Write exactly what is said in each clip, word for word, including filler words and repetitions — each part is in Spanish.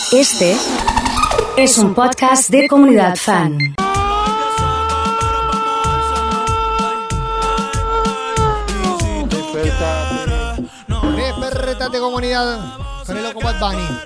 Este es un podcast de Comunidad Fan. Despertate, comunidad, con el loco Bad Bunny.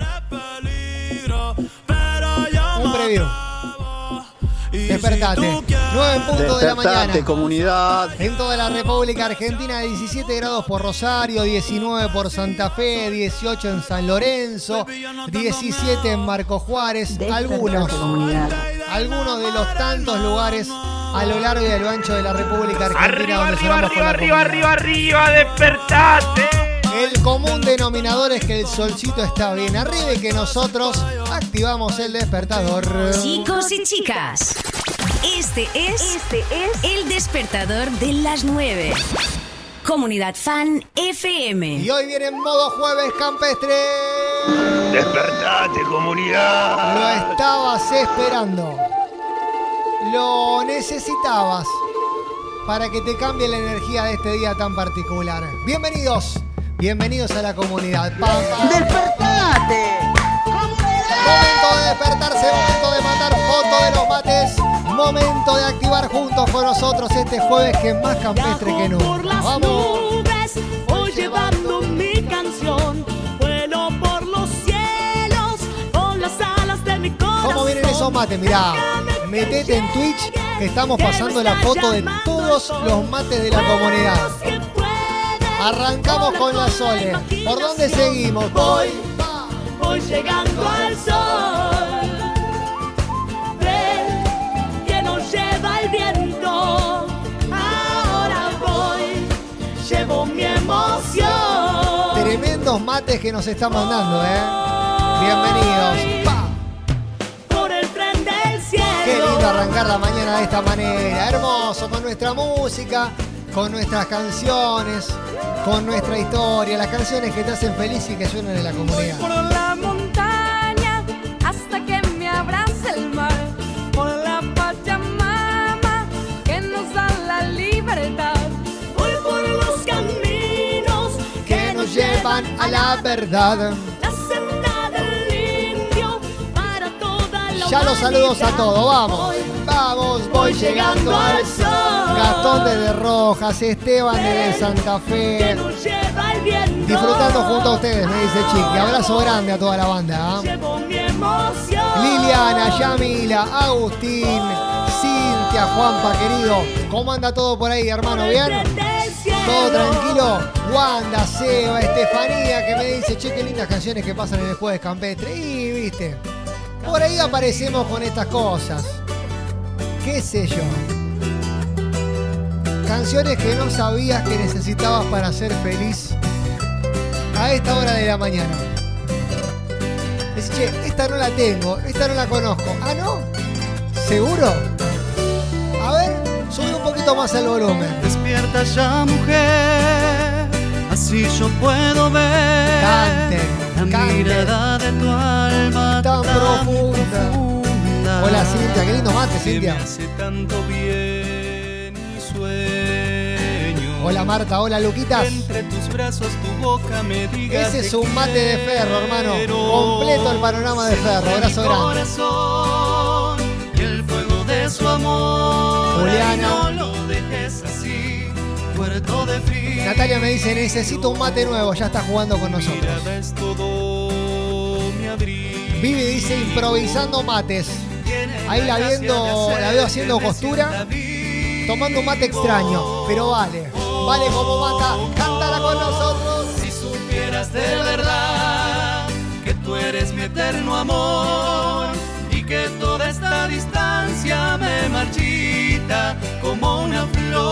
Un preview. Despertate, nueve en punto de la mañana. Comunidad. En toda la República Argentina, diecisiete grados por Rosario, diecinueve por Santa Fe, dieciocho en San Lorenzo, diecisiete en Marco Juárez. Algunos, algunos de los tantos lugares a lo largo y a lo ancho de la República Argentina. Arriba, arriba, arriba, arriba, arriba, arriba, despertate. El común denominador es que el solcito está bien arriba y que nosotros activamos el despertador. Chicos y chicas, este es, este es el despertador de las nueve. Comunidad Fan F M. Y hoy viene en modo jueves campestre. Despertate, comunidad. Lo estabas esperando. Lo necesitabas para que te cambie la energía de este día tan particular. Bienvenidos. Bienvenidos a la comunidad. Pa, pa. ¡Despertate! Momento de despertarse, momento de mandar foto de los mates, momento de activar juntos con nosotros este jueves que es más campestre que nunca. Por las ¡Vamos! nubes, voy llevando mi canción, vuelo por los cielos con las alas de mi corazón. ¿Cómo vienen esos mates? Mirá, metete en Twitch que estamos pasando la foto de todos los mates de la comunidad. Arrancamos con la Sole. ¿Por dónde seguimos? Voy, voy llegando al sol. Ven, que nos lleva el viento. Ahora voy, llevo mi emoción. Tremendos mates que nos están mandando, ¿eh? Bienvenidos. ¡Pa! Por el tren del cielo. Qué lindo arrancar la mañana de esta manera. Hermoso, con nuestra música, con nuestras canciones, con nuestra historia, las canciones que te hacen feliz y que suenan en la comunidad. Por la montaña hasta que me abrace el mar, por la Pachamama que nos da la libertad. Voy por los caminos Que nos llevan a la verdad. la senda del indio para toda la Ya los saludos a todos, vamos. Voy, Vamos, voy llegando al sol. Gastón desde Rojas, Esteban desde Santa que Fe. nos lleva el viento. Disfrutando junto a ustedes, me dice Chiqui. Abrazo grande a toda la banda. ¿eh? Llevo mi emoción. Liliana, Yamila, Agustín, Cintia, Juanpa, querido. ¿Cómo anda todo por ahí, hermano? ¿Bien? ¿Todo tranquilo? Wanda, Seba, Estefanía, que me dice, che, qué lindas canciones que pasan en el jueves campestre. Y, viste, por ahí aparecemos con estas cosas. ¿Qué sé yo? Canciones que no sabías que necesitabas para ser feliz a esta hora de la mañana. Dices, che, esta no la tengo, esta no la conozco. ¿Ah, no? ¿Seguro? A ver, sube un poquito más el volumen. Despierta ya, mujer, así yo puedo ver Canten, la canten. mirada de tu alma Tan tan, profunda. profunda. Hola, Cintia, qué lindo mate, Que Cintia. me hace tanto bien y sueño. Hola, Marta, hola, Luquitas. Entre tus brazos, tu boca me diga. Ese es un mate de Ferro, hermano. Completo el panorama de Ferro, abrazo grande. Corazón y el fuego de su amor. Juliana. Ay, no lo dejes así, muerto de frío. Natalia me dice, necesito un mate nuevo, ya está jugando con nosotros. Mirada es todo mi abrigo. Vivi dice, improvisando mates. Ahí la viendo, la veo haciendo costura, tomando un mate extraño, pero vale, vale como mata, cántala con nosotros. Si supieras de verdad que tú eres mi eterno amor y que toda esta distancia me marchita como una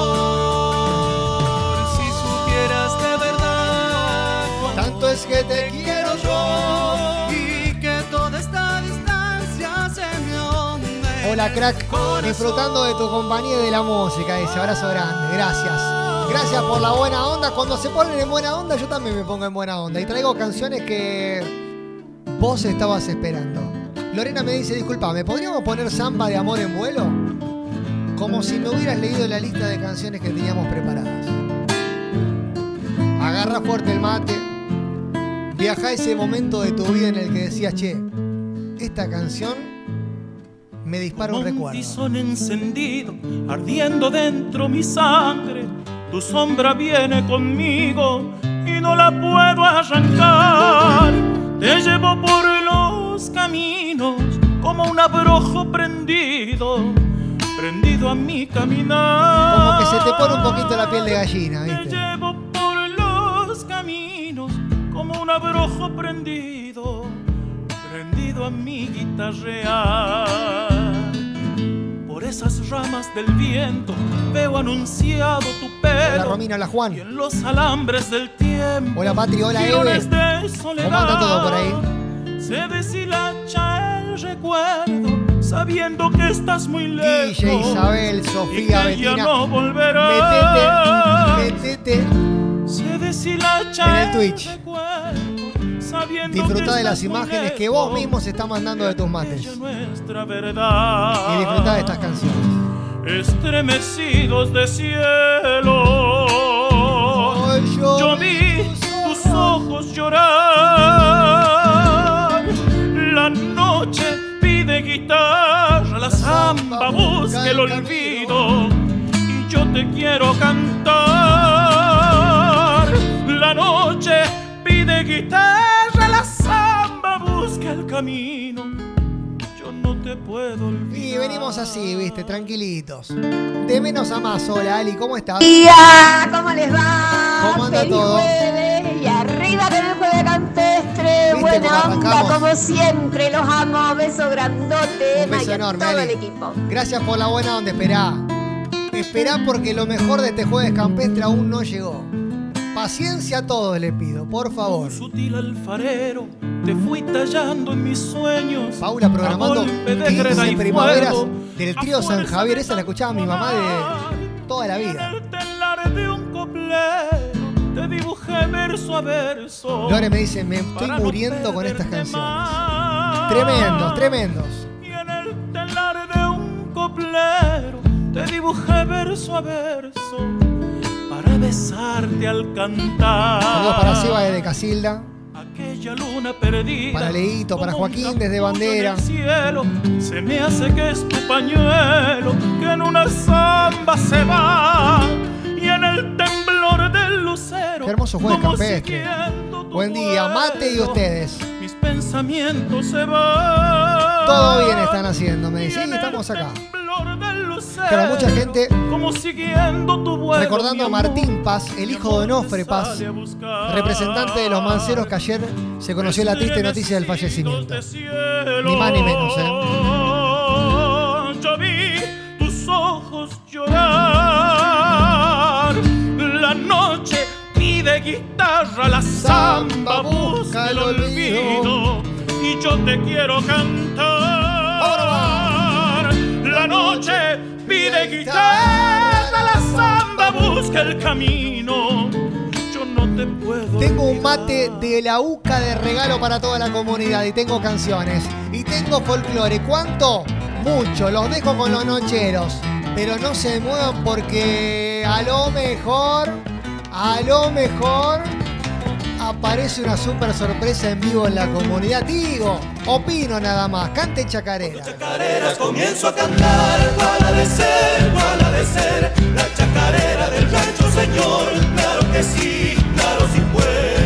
flor. Si supieras de verdad cuánto Tanto es que te quiero yo. y que toda esta distancia se me hunde. Hola, crack, disfrutando de tu compañía y de la música, dice, abrazo grande, gracias. Gracias por la buena onda. Cuando se ponen en buena onda, yo también me pongo en buena onda. Y traigo canciones que vos estabas esperando. Lorena me dice, disculpame, ¿podríamos poner Samba de Amor en Vuelo? Como si me hubieras leído la lista de canciones que teníamos preparadas. Agarra fuerte el mate. Viaja a ese momento de tu vida en el que decías, che, esta canción me dispara un recuerdo. Un tizón encendido, ardiendo dentro mi sangre. Tu sombra viene conmigo y no la puedo arrancar. Te llevo por los caminos como un abrojo prendido, prendido a mi caminar. Como que se te pone un poquito la piel de gallina, ¿viste? Te llevo por los caminos como un abrojo prendido, prendido a mi guitarrear. Por esas ramas del viento veo anunciado tu pelo. Hola Romina, hola Juan. Y en los alambres del tiempo. Hola Patri, hola Eve. ¿Cómo anda todo por ahí? Se deshilacha el recuerdo, sabiendo que estás muy lejos. Guille, Isabel, Sofía, y que Betina. ya no volverás. Metete, metete Se deshilacha en el Twitch. recuerdo, sabiendo Disfrutá que de las estás muy imágenes que vos lejos, mismo se está mandando de tus mates. aquella nuestra verdad. Y disfrutá de estas canciones. Estremecidos de cielo, Oh, yo, yo vi tus ojos llorar. La noche pide guitarra, la samba busca el olvido y yo te quiero cantar. La noche pide guitarra, la samba busca el camino. Yo no te puedo olvidar. Y venimos así, viste, tranquilitos. De menos a más. Hola Ali, ¿cómo estás? Día, ¿cómo les va? ¿Cómo anda Feliz todo? jueves y arriba con el jueves campestre. ¿Viste cómo Buena onda, arrancamos? como siempre. Los amo. Beso grandote. Un beso y a enorme, todo Ali. el equipo. Gracias por la buena onda. Esperá. Esperá porque lo mejor de este jueves campestre aún no llegó. Paciencia a todos le pido, por favor. Un sutil alfarero, te fui tallando en mis sueños. Paula programando a golpe de greda quince y primaveras fuego, del trío a San fuerza Javier. de Esa la escuchaba mi mamá de toda la y vida. en el telar de un coplero te dibujé verso a verso. Lore me dice, me estoy para no muriendo con estas perderte canciones. más. Tremendos, tremendos. Y en el telar de un coplero te dibujé verso a verso para besarte al cantar. Saludos para Seba desde Casilda. Aquella luna perdida. Para Leito, para como un Joaquín desde capullo Bandera. en el cielo, se me hace que es tu pañuelo que en una samba se va. Y en el temblor del lucero. Qué hermoso jueves como campestre. siguiendo tu Buen día, mate y vuelo, ustedes. Mis pensamientos se van. Todo bien están haciendo, me Y dice. Sí, en el estamos acá. temblor del lucero, Pero mucha gente como siguiendo tu vuelo, recordando a mi amor, Martín Paz, el mi hijo de amor Onofre te Paz, sale a buscar. representante de los manceros que ayer se conoció la triste noticia del fallecimiento. Ni más ni menos, ¿eh? Yo vi tus ojos llorar. La noche pide guitarra, la samba busca el olvido y yo te quiero cantar. La noche pide guitarra, la samba busca el camino. Yo no te puedo Tengo un olvidar. mate de la U C A de regalo para toda la comunidad y tengo canciones y tengo folclore. ¿Cuánto? Mucho. Los dejo con los nocheros. Pero no se muevan porque a lo mejor, a lo mejor aparece una super sorpresa en vivo en la comunidad. Digo, opino nada más. Cante chacarera. Chacareras comienzo a cantar, cuál ha de ser, cuál ha de ser, la chacarera del rancho, señor, claro que sí, claro sí puede.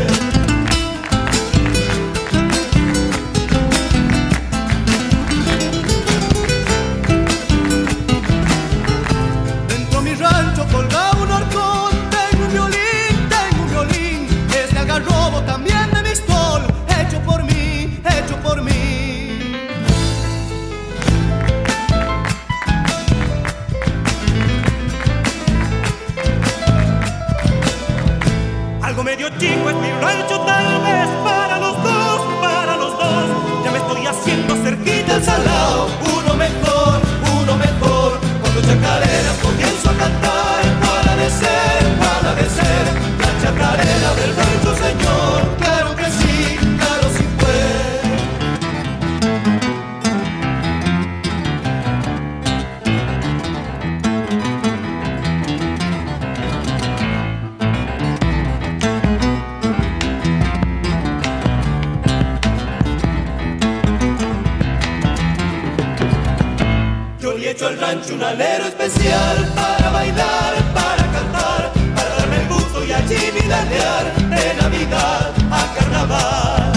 Dentro mi rancho colgaba un horcón, tengo un violín, tengo un violín, es de algarrobo también de mistol, hecho por mí, hecho por mí. Algo medio hecho al rancho un alero especial para bailar, para cantar, para darme el gusto y allí vidalear de Navidad a Carnaval.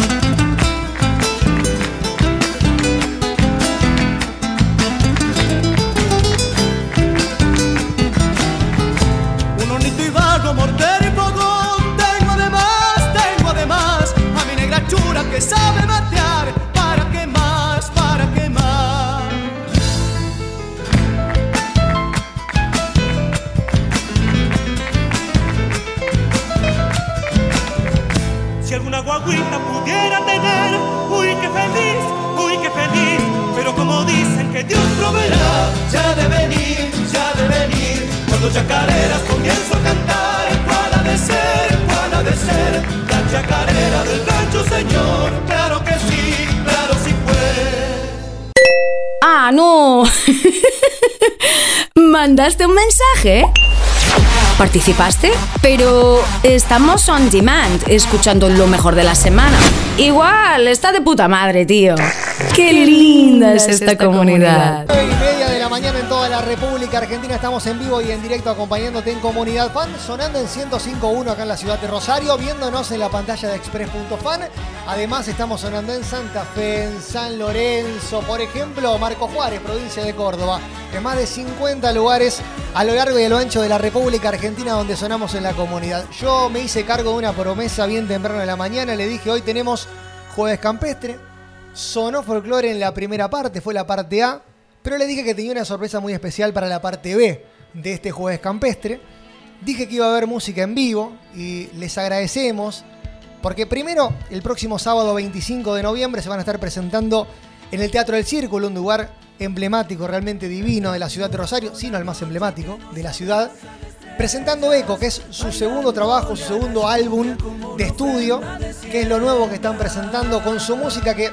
Un hornito y barro, mortero y fogón, tengo de más, tengo de más, a mi negra chura que sabe matear, para qué más, para qué más. Si alguna guaguita pudiera tener, uy qué feliz, uy qué feliz, pero como dicen que Dios proveerá, ya de venir, ya de venir, cuando chacareras comienzo a cantar, cuál ha de ser, cuál ha de ser, la chacarera del rancho señor, claro que sí, claro sí fue. Ah, no. ¿Mandaste un mensaje? ¿Participaste? Pero estamos on demand, escuchando lo mejor de la semana. Igual, está de puta madre, tío. Qué linda es esta comunidad. nueve y media de la mañana en toda la República Argentina. Estamos en vivo y en directo acompañándote en Comunidad Fan, sonando en ciento cinco punto uno acá en la ciudad de Rosario, viéndonos en la pantalla de express punto fan. Además estamos sonando en Santa Fe, en San Lorenzo, por ejemplo, Marco Juárez, provincia de Córdoba, en más de cincuenta lugares a lo largo y a lo ancho de la República Argentina donde sonamos en la comunidad. Yo me hice cargo de una promesa bien temprano de la mañana, le dije hoy tenemos Jueves Campestre, sonó folclore en la primera parte, fue la parte A, pero le dije que tenía una sorpresa muy especial para la parte B de este Jueves Campestre. Dije que iba a haber música en vivo y les agradecemos porque primero el próximo sábado veinticinco de noviembre se van a estar presentando en el Teatro del Círculo, un lugar emblemático, realmente divino de la ciudad de Rosario, sino el más emblemático de la ciudad, presentando Eco, que es su segundo trabajo, su segundo álbum de estudio, que es lo nuevo que están presentando con su música que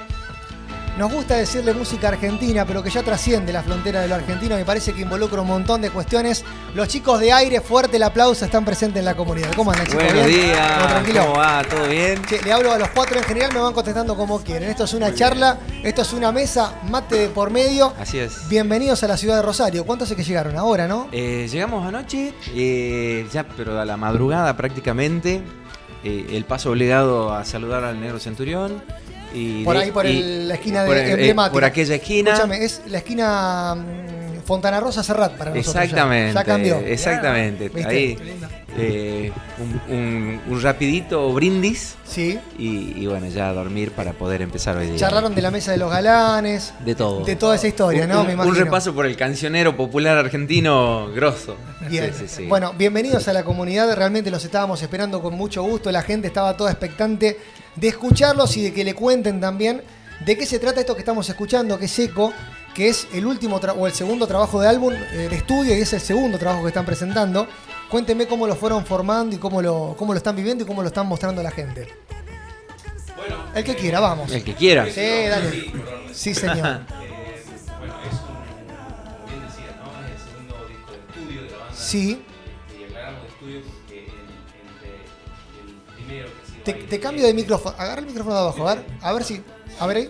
nos gusta decirle música argentina, pero que ya trasciende la frontera de lo argentino. Me parece que involucra un montón de cuestiones. Los chicos de Aire, fuerte el aplauso, están presentes en la comunidad. ¿Cómo andan, chicos? Buenos ¿Bien? días. ¿Todo tranquilo? ¿Cómo va? ¿Todo bien? Che, le hablo a los cuatro en general, me van contestando como quieren. Esto es una charla, esto es una mesa, mate de por medio. Así es. Bienvenidos a la ciudad de Rosario. ¿Cuántos hace que llegaron? Ahora, ¿no? Eh, llegamos anoche, eh, ya pero a la madrugada prácticamente. Eh, el paso obligado a saludar al Negro Centurión. Y por de, ahí, por y, el, la esquina por, de eh, emblemática. por aquella esquina. Escúchame, es la esquina um, Fontana Rosa Serrat para nosotros. Exactamente. Ya, ya cambió. Exactamente. ¿Viste? Ahí eh, un, un, un rapidito brindis. Sí. Y, y bueno, ya a dormir para poder empezar hoy día. Charlaron de la mesa de los galanes. De todo. De toda esa historia, un, ¿no? Un, Me imagino. un repaso por el cancionero popular argentino grosso. Bien. Sí, sí, sí. Bueno, bienvenidos a la comunidad. Realmente los estábamos esperando con mucho gusto. La gente estaba toda expectante de escucharlos y de que le cuenten también de qué se trata esto que estamos escuchando, que es Eco, que es el último tra- o el segundo trabajo de álbum eh, de estudio y es el segundo trabajo que están presentando. Cuéntenme cómo lo fueron formando y cómo lo, cómo lo están viviendo y cómo lo están mostrando a la gente. Bueno, el que quiera, vamos. El que quiera. Sí, dale. Sí, señor. Eh, bueno, es un, como bien decía, ¿no? Es el segundo disco de estudio de la banda. Sí. Y aclaramos de estudio porque el, el, el primero que se Te, te cambio de micrófono. Agarra el micrófono de abajo, a ver, a ver si. A ver ahí.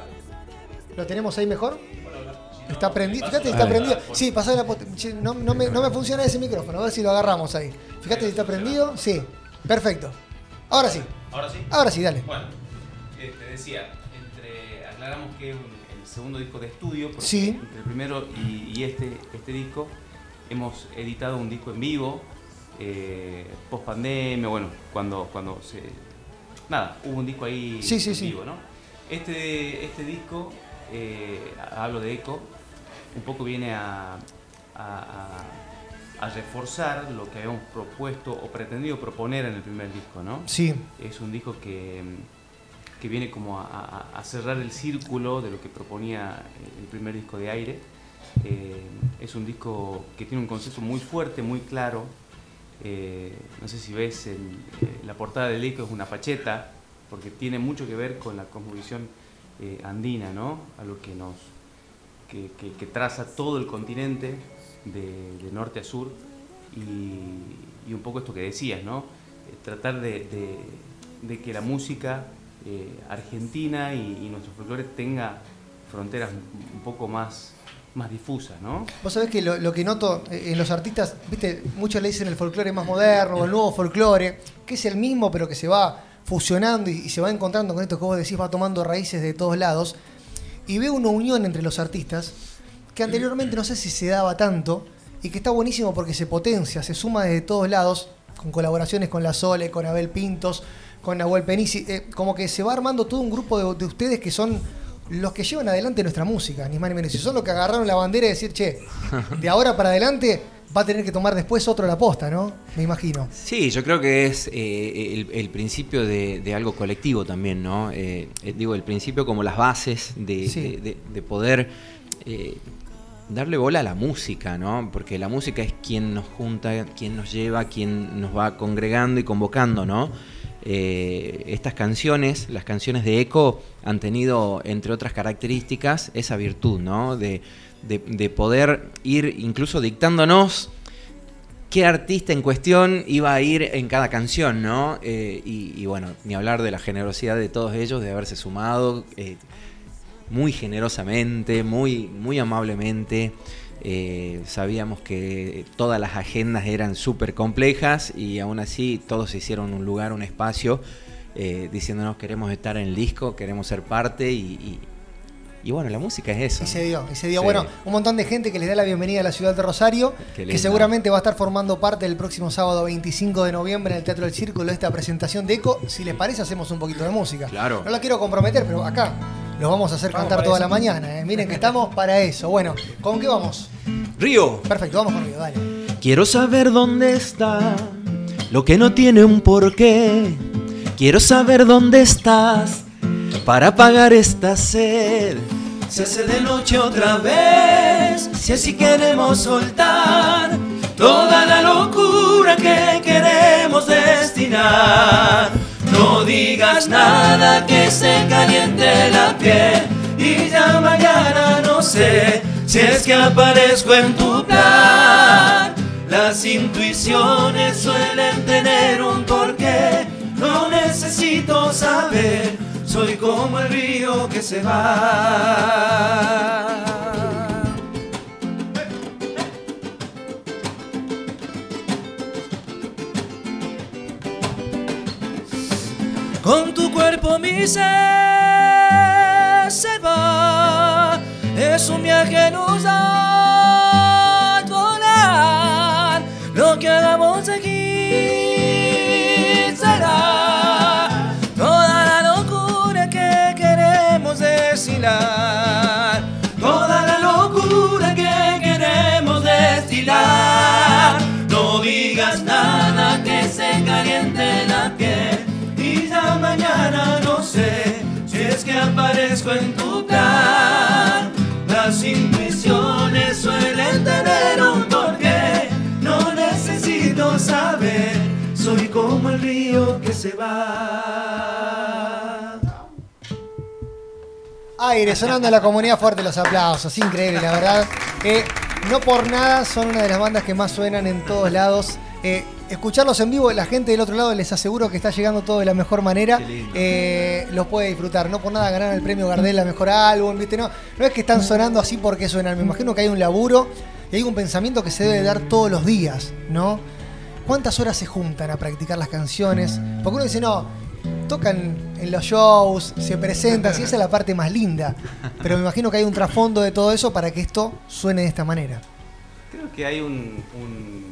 ¿Lo tenemos ahí mejor? Está prendido. Fíjate si está prendido. Sí, pasá la pot- che, no, no, me, no me funciona ese micrófono. A ver si lo agarramos ahí. Fíjate si está prendido. Sí. Perfecto. Ahora sí. Ahora sí. Ahora sí, dale. Bueno, eh, te decía, entre, aclaramos que es un, el segundo disco de estudio, porque Sí. entre el primero y, y este, este disco hemos editado un disco en vivo, eh, post pandemia, bueno, cuando, cuando se. Nada, hubo un disco ahí Sí, sí, en sí. vivo, ¿no? Este, este disco, eh, hablo de Eco, un poco viene a, a, a, a reforzar lo que habíamos propuesto o pretendido proponer en el primer disco, ¿no? Sí. Es un disco que, que viene como a, a, a cerrar el círculo de lo que proponía el primer disco de Aire. Eh, es un disco que tiene un concepto muy fuerte, muy claro. Eh, no sé si ves, el, eh, la portada del disco es una facheta, porque tiene mucho que ver con la cosmovisión eh, andina, ¿no? Algo que nos que, que, que traza todo el continente de, de norte a sur y, y un poco esto que decías, ¿no? Eh, tratar de, de, de que la música eh, argentina y, y nuestro folclore tenga fronteras un poco más más difusa, ¿no? Vos sabés que lo, lo que noto en los artistas, viste, muchos le dicen el folclore más moderno o el nuevo folclore, que es el mismo pero que se va fusionando y, y se va encontrando con esto que vos decís, va tomando raíces de todos lados. Y veo una unión entre los artistas que anteriormente no sé si se daba tanto y que está buenísimo porque se potencia, se suma desde todos lados, con colaboraciones con La Sole, con Abel Pintos, con Nahuel Penisi, eh, como que se va armando todo un grupo de, de ustedes que son los que llevan adelante nuestra música, ni más ni menos. Si son los que agarraron la bandera y decir, che, de ahora para adelante va a tener que tomar después otro la posta, ¿no? Me imagino. Sí, yo creo que es eh, el, el principio de, de algo colectivo también, ¿no? Eh, eh, digo, el principio como las bases de, Sí. de, de, de poder eh, darle bola a la música, ¿no? Porque la música es quien nos junta, quien nos lleva, quien nos va congregando y convocando, ¿no? Eh, estas canciones, las canciones de Eco, han tenido, entre otras características, esa virtud, ¿no? De, de, de poder ir incluso dictándonos qué artista en cuestión iba a ir en cada canción, ¿no? Eh, y, y bueno, ni hablar de la generosidad de todos ellos, de haberse sumado eh, muy generosamente, muy, muy amablemente. Eh, sabíamos que todas las agendas eran súper complejas y aún así todos se hicieron un lugar, un espacio, eh, diciéndonos queremos estar en el disco, queremos ser parte y, y, y bueno, la música es eso. Y se dio, y se dio. Sí. Bueno, un montón de gente que les da la bienvenida a la ciudad de Rosario, Qué que lindo. seguramente va a estar formando parte del próximo sábado veinticinco de noviembre en el Teatro del Círculo de esta presentación de Eco. Si les parece, hacemos un poquito de música. Claro. No la quiero comprometer, pero acá los vamos a hacer Vamos cantar para toda eso. la mañana. ¿eh? Miren que estamos para eso. Bueno, ¿con qué vamos? Río. Perfecto, vamos con Río, dale. Quiero saber dónde está lo que no tiene un porqué. Quiero saber dónde estás para apagar esta sed. Se hace de noche otra vez, si así queremos soltar toda la locura que queremos destinar. No digas nada que se caliente la piel y ya mañana no sé si es que aparezco en tu plan. Las intuiciones suelen tener un porqué, no necesito saber, soy como el río que se va. Con tu cuerpo mi ser se va, es un viaje nos da a volar. Lo que hagamos aquí será toda la locura que queremos destilar, toda la locura que queremos destilar. No digas nada que se caliente la piel y ya mañana no sé si es que aparezco en tu plan. Las intuiciones suelen tener un porqué, no necesito saber, soy como el río que se va. Aire, sonando en la comunidad, fuerte los aplausos, increíble, la verdad. Eh, no por nada son una de las bandas que más suenan en todos lados. Eh, escucharlos en vivo, la gente del otro lado les aseguro que está llegando todo de la mejor manera. Eh, los puede disfrutar. No por nada ganaron el premio Gardel a mejor álbum, ¿viste? No, no es que están sonando así porque suenan. Me imagino que hay un laburo y hay un pensamiento que se debe dar todos los días, ¿no? ¿Cuántas horas se juntan a practicar las canciones? Porque uno dice, no, tocan en los shows, se presentan, y esa es la parte más linda. Pero me imagino que hay un trasfondo de todo eso para que esto suene de esta manera. Creo que hay un, un,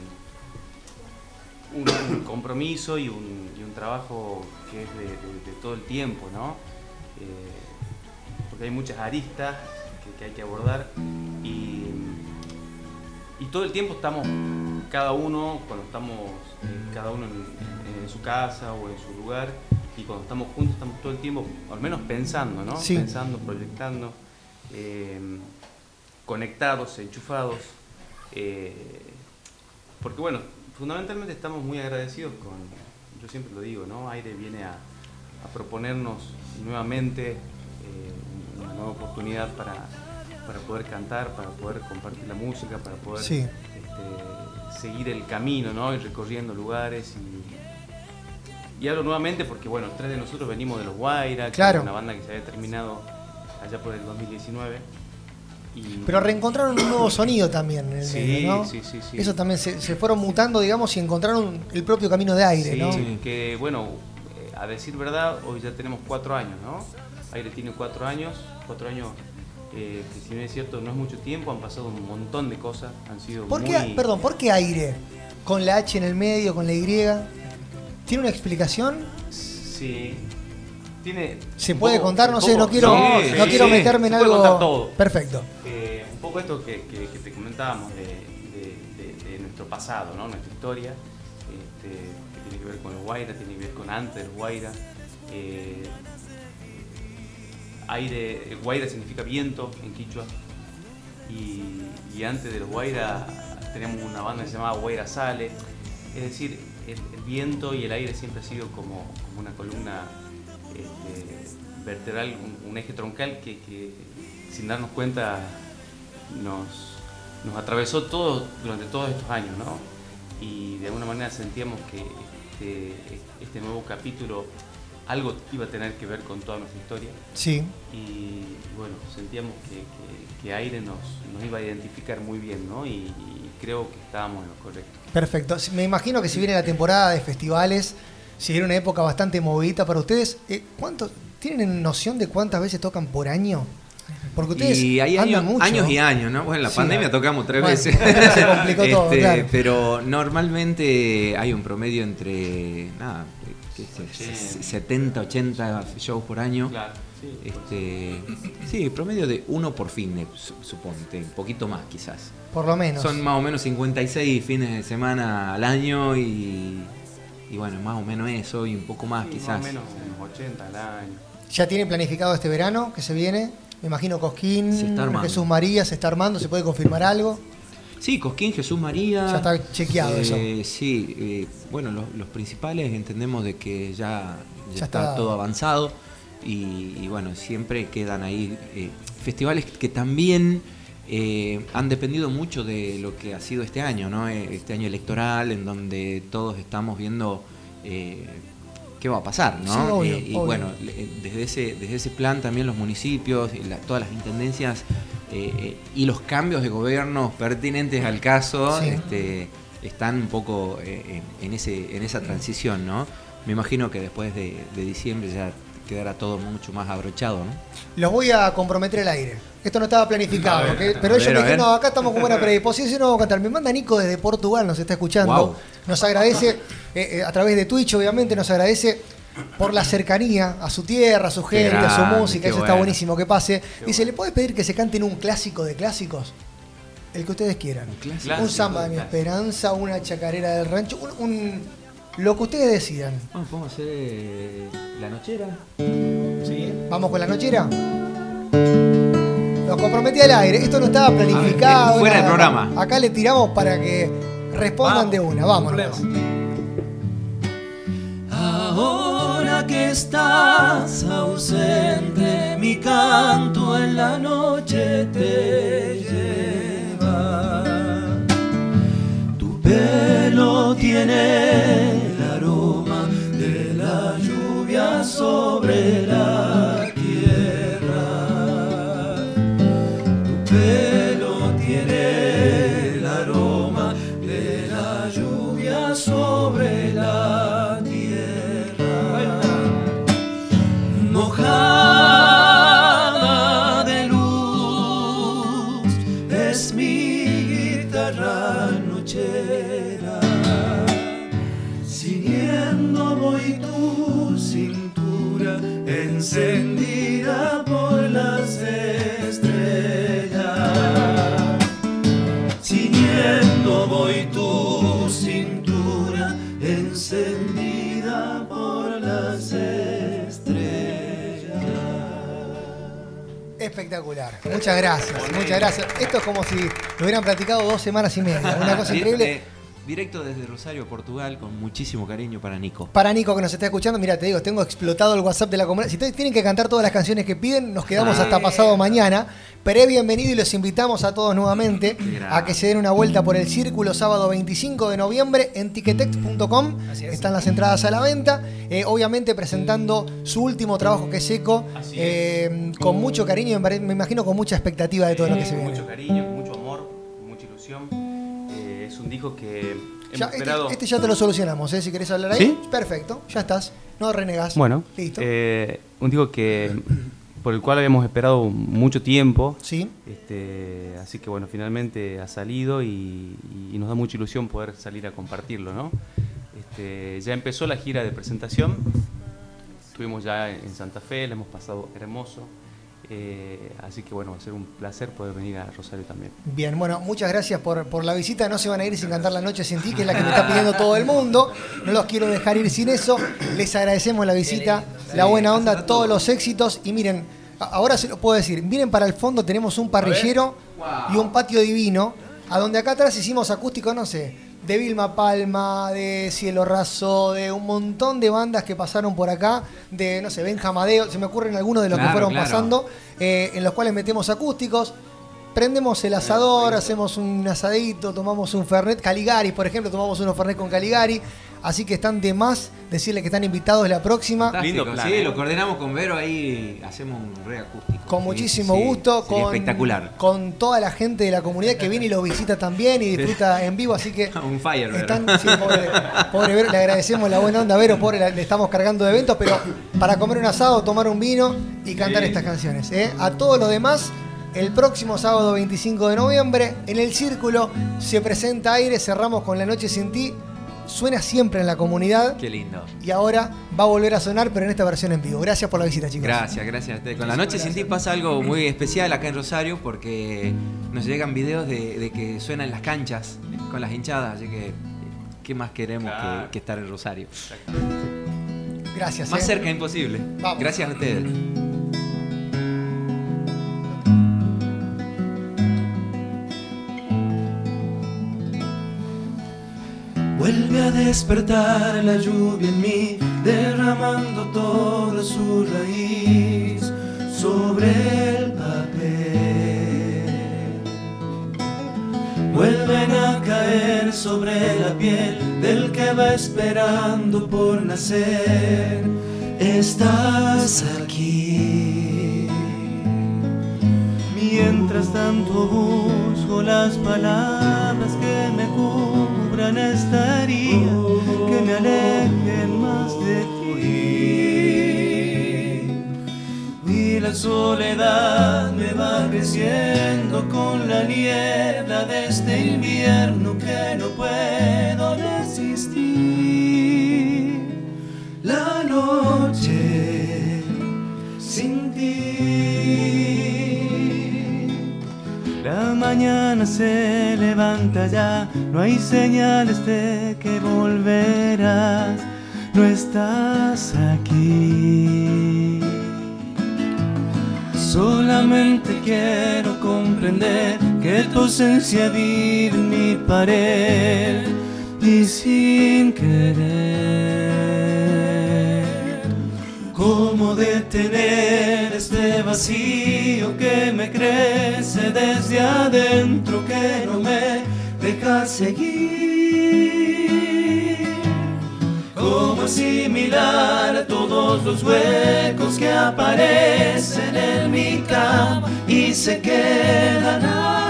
un compromiso y un, y un trabajo que es de, de- de todo el tiempo, ¿no? Eh, porque hay muchas aristas que, que hay que abordar y, y todo el tiempo estamos, cada uno, cuando estamos eh, cada uno en, en- en su casa o en su lugar, y cuando estamos juntos estamos todo el tiempo, al menos pensando, ¿no? Sí. Pensando, proyectando, eh, conectados, enchufados. Eh, porque bueno, fundamentalmente estamos muy agradecidos con, yo siempre lo digo, ¿no? Aire viene a, a proponernos nuevamente eh, una nueva oportunidad para, para poder cantar, para poder compartir la música, para poder Sí. este, seguir el camino, ¿no? Ir recorriendo lugares y, y hablo nuevamente porque bueno, tres de nosotros venimos de los Guaira, que Claro. es una banda que se había terminado allá por el dos mil diecinueve. Y, Pero reencontraron un nuevo sonido también en el sí, medio, ¿no? sí, sí, sí. Eso también se, se fueron mutando, digamos, y encontraron el propio camino de Aire, sí, ¿no? que bueno, eh, a decir verdad, hoy ya tenemos cuatro años, ¿no? Aire tiene cuatro años, cuatro años eh, que si bien es cierto no es mucho tiempo, han pasado un montón de cosas, han sido ¿Por muy... qué, perdón, ¿por qué Aire? Con la H en el medio, con la Y. ¿Tiene una explicación? Sí. Tiene ¿Se un puede poco- contar? No un sé, poco- no quiero, sí, no sí, quiero sí. meterme en Se puede algo. contar todo. Perfecto. Eh, un poco esto que, que- que te comentábamos de, de- de- de nuestro pasado, ¿no? Nuestra historia, este, que tiene que ver con los Guaira, tiene que ver con antes de los Guaira. Eh, aire, Guaira significa viento en quichua, y, y antes de los Guaira teníamos una banda que se llamaba Guaira Sale, es decir, el, el viento y el aire siempre ha sido como, como una columna este, vertebral, un, un eje troncal que, que sin darnos cuenta nos, nos atravesó todo durante todos estos años, ¿no? Y de alguna manera sentíamos que este, este nuevo capítulo algo iba a tener que ver con toda nuestra historia. Sí. Y bueno, sentíamos que, que, que Aire nos, nos iba a identificar muy bien, ¿no? Y, y creo que estábamos en lo correcto. Perfecto. Me imagino que si viene la temporada de festivales, si viene una época bastante movidita para ustedes, eh, ¿cuántos, ¿tienen noción de cuántas veces tocan por año? Porque ustedes y hay andan años, mucho. años y años, ¿no? Bueno, en la Sí, pandemia ¿no? tocamos tres Bueno, veces. se complicó todo, Este, claro. Pero normalmente hay un promedio entre nada, qué sé, setenta, ochenta shows por año. Claro, sí. Este, sí, promedio de uno por fin, de- su- suponte, un poquito más quizás. Por lo menos. Son más o menos cincuenta y seis fines de semana al año y, y bueno, más o menos eso y un poco más Sí, quizás. Más o menos unos ochenta al año. ¿Ya tienen planificado este verano que se viene? Me imagino Cosquín, Se está armando. Jesús María, se está armando, ¿se puede confirmar algo? Sí, Cosquín, Jesús María. Ya está chequeado eh, eso. Sí, eh, bueno, los, los principales entendemos de que ya, ya Ya está, está. todo avanzado y, y bueno, siempre quedan ahí eh, festivales que también eh, han dependido mucho de lo que ha sido este año, ¿no? Eh, Este año electoral en donde todos estamos viendo eh, qué va a pasar, ¿no? Sí, obvio, Eh, y obvio. bueno, le- desde ese, desde ese plan también los municipios y la- todas las intendencias eh, eh, y los cambios de gobierno pertinentes al caso Sí. este, están un poco eh, en, en ese, en esa transición, ¿no? Me imagino que después de, de diciembre ya quedará todo mucho más abrochado, ¿no? Los voy a comprometer al aire. Esto no estaba planificado, A ver, ¿ok? a Pero ellos ver, me a dijeron, ver. no, acá estamos con buena predisposición, no vamos a cantar. Me manda Nico desde Portugal, nos está escuchando. Guau. Nos agradece, eh, eh, a través de Twitch, obviamente, nos agradece por la cercanía a su tierra, a su Qué gente, a su grande, música. qué Eso está bueno. buenísimo que pase. Dice, ¿le puedes pedir que se canten un clásico de clásicos? El que ustedes quieran. clásico. Un samba de mi Clásico. esperanza, una chacarera del rancho, un, un- lo que ustedes decidan. Bueno, podemos hacer eh, La Nochera. ¿Sí? ¿Vamos con la nochera? Los comprometí al aire. Esto no estaba planificado. Ah, eh, fuera del nada. programa. Acá le tiramos para que respondan de una. Vamos. Ahora que estás ausente, mi canto en la noche te lleva. Tu pelo tiene el aroma de la lluvia sobre la tierra. Tu pelo tiene el aroma de la lluvia sobre la tierra. Mojada de luz es mi guitarra nochera. Siguiendo voy tu cintura encendida por las estrellas. Siguiendo voy tu cintura encendida por las estrellas. Espectacular. Muchas gracias. Muchas gracias. Esto es como si lo hubieran platicado dos semanas y media. Una cosa Di- increíble. eh, directo desde Rosario, Portugal, con muchísimo cariño para Nico. Para Nico que nos está escuchando, mira, te digo, tengo explotado el WhatsApp de la comunidad. Si ustedes tienen que cantar todas las canciones que piden, nos quedamos hasta pasado mañana. pre-bienvenido y los invitamos a todos nuevamente a que se den una vuelta por el Círculo sábado veinticinco de noviembre en ticketex punto com. Están las entradas a la venta. Eh, obviamente presentando su último trabajo que es Eco, eh, con mucho cariño, me imagino con mucha expectativa de todo lo que se viene. Mucho cariño, mucho amor, mucha ilusión. Eh, es un disco que hemos Ya, esperado... este, este ya te lo solucionamos, ¿eh? Si querés hablar ahí. ¿Sí? Perfecto, ya estás. No renegas. Bueno, listo. Eh, un disco que por el cual habíamos esperado mucho tiempo. Sí. Este, así que bueno, finalmente ha salido y, y nos da mucha ilusión poder salir a compartirlo, ¿no? Este, ya empezó la gira de presentación. Estuvimos ya en Santa Fe, la hemos pasado hermoso. Eh, así que bueno, va a ser un placer poder venir a Rosario también. Bien, bueno, muchas gracias por, por la visita. No se van a ir sin cantar La Noche Sin Ti, que es la que me está pidiendo todo el mundo. No los quiero dejar ir sin eso. Les agradecemos la visita, la buena onda, todos los éxitos. Y miren, ahora se lo puedo decir, miren para el fondo, tenemos un parrillero y un patio divino, a donde acá atrás hicimos acústico, no sé, de Vilma Palma, de Cielo Raso, de un montón de bandas que pasaron por acá, de, no sé, Benjamadeo, se me ocurren algunos de los Claro, que fueron claro. pasando, eh, en los cuales metemos acústicos, prendemos el asador, hacemos un asadito, tomamos un Fernet, Caligari, por ejemplo, tomamos unos Fernet con Caligari, así que están de más decirles que están invitados la próxima. Fantástico, Lindo plan, sí, ¿eh? lo coordinamos con Vero, ahí hacemos un re acústico. Con Sí, muchísimo sí, gusto, sería con, espectacular. con toda la gente de la comunidad que viene y lo visita también y disfruta en vivo, así que Un fire, Vero. están, sí, pobre, pobre Vero, le agradecemos la buena onda a Vero, pobre, la- le estamos cargando de eventos, pero para comer un asado, tomar un vino y cantar Sí. estas canciones. ¿eh? A todos los demás, el próximo sábado veinticinco de noviembre, en el Círculo, se presenta Aire, cerramos con La Noche Sin Ti, suena siempre en la comunidad. Qué lindo. Y ahora va a volver a sonar, pero en esta versión en vivo. Gracias por la visita, chicos. Gracias, gracias a ustedes. Con La Noche Sin Ti pasa algo muy especial acá en Rosario porque nos llegan videos de, de que suena en las canchas con las hinchadas, así que ¿qué más queremos Claro. que, que estar en Rosario? Gracias. Más ¿eh? cerca imposible. Vamos. Gracias a ustedes. Vuelve a despertar la lluvia en mí, derramando toda su raíz sobre el papel. Vuelven a caer sobre la piel del que va esperando por nacer. Estás aquí. Mientras tanto busco las palabras que me cubran esta herida, que me alejen más de ti. Y la soledad me va creciendo con la niebla de este invierno que no puedo resistir. La noche sin ti. La mañana se levanta ya, no hay señales de que volverás, no estás aquí. Solamente quiero comprender que tu ausencia vive en mi pared y sin querer. ¿Cómo detener este vacío que me crece desde adentro, que no me deja seguir? ¿Cómo asimilar todos los huecos que aparecen en mi cama y se quedan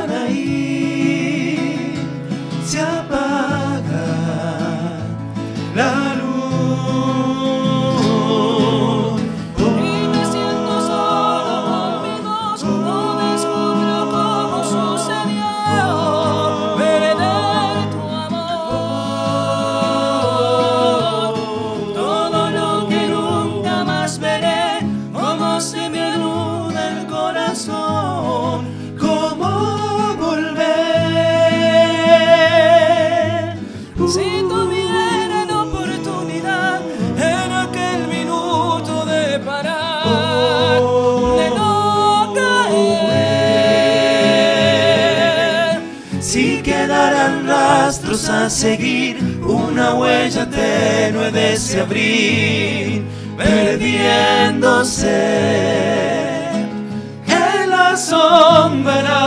ahí? Se apaga la luz. Si tuviera la oportunidad en aquel minuto de parar, de no caer. Si quedaran rastros a seguir, una huella tenue de ese abril, perdiéndose en la corazón verás.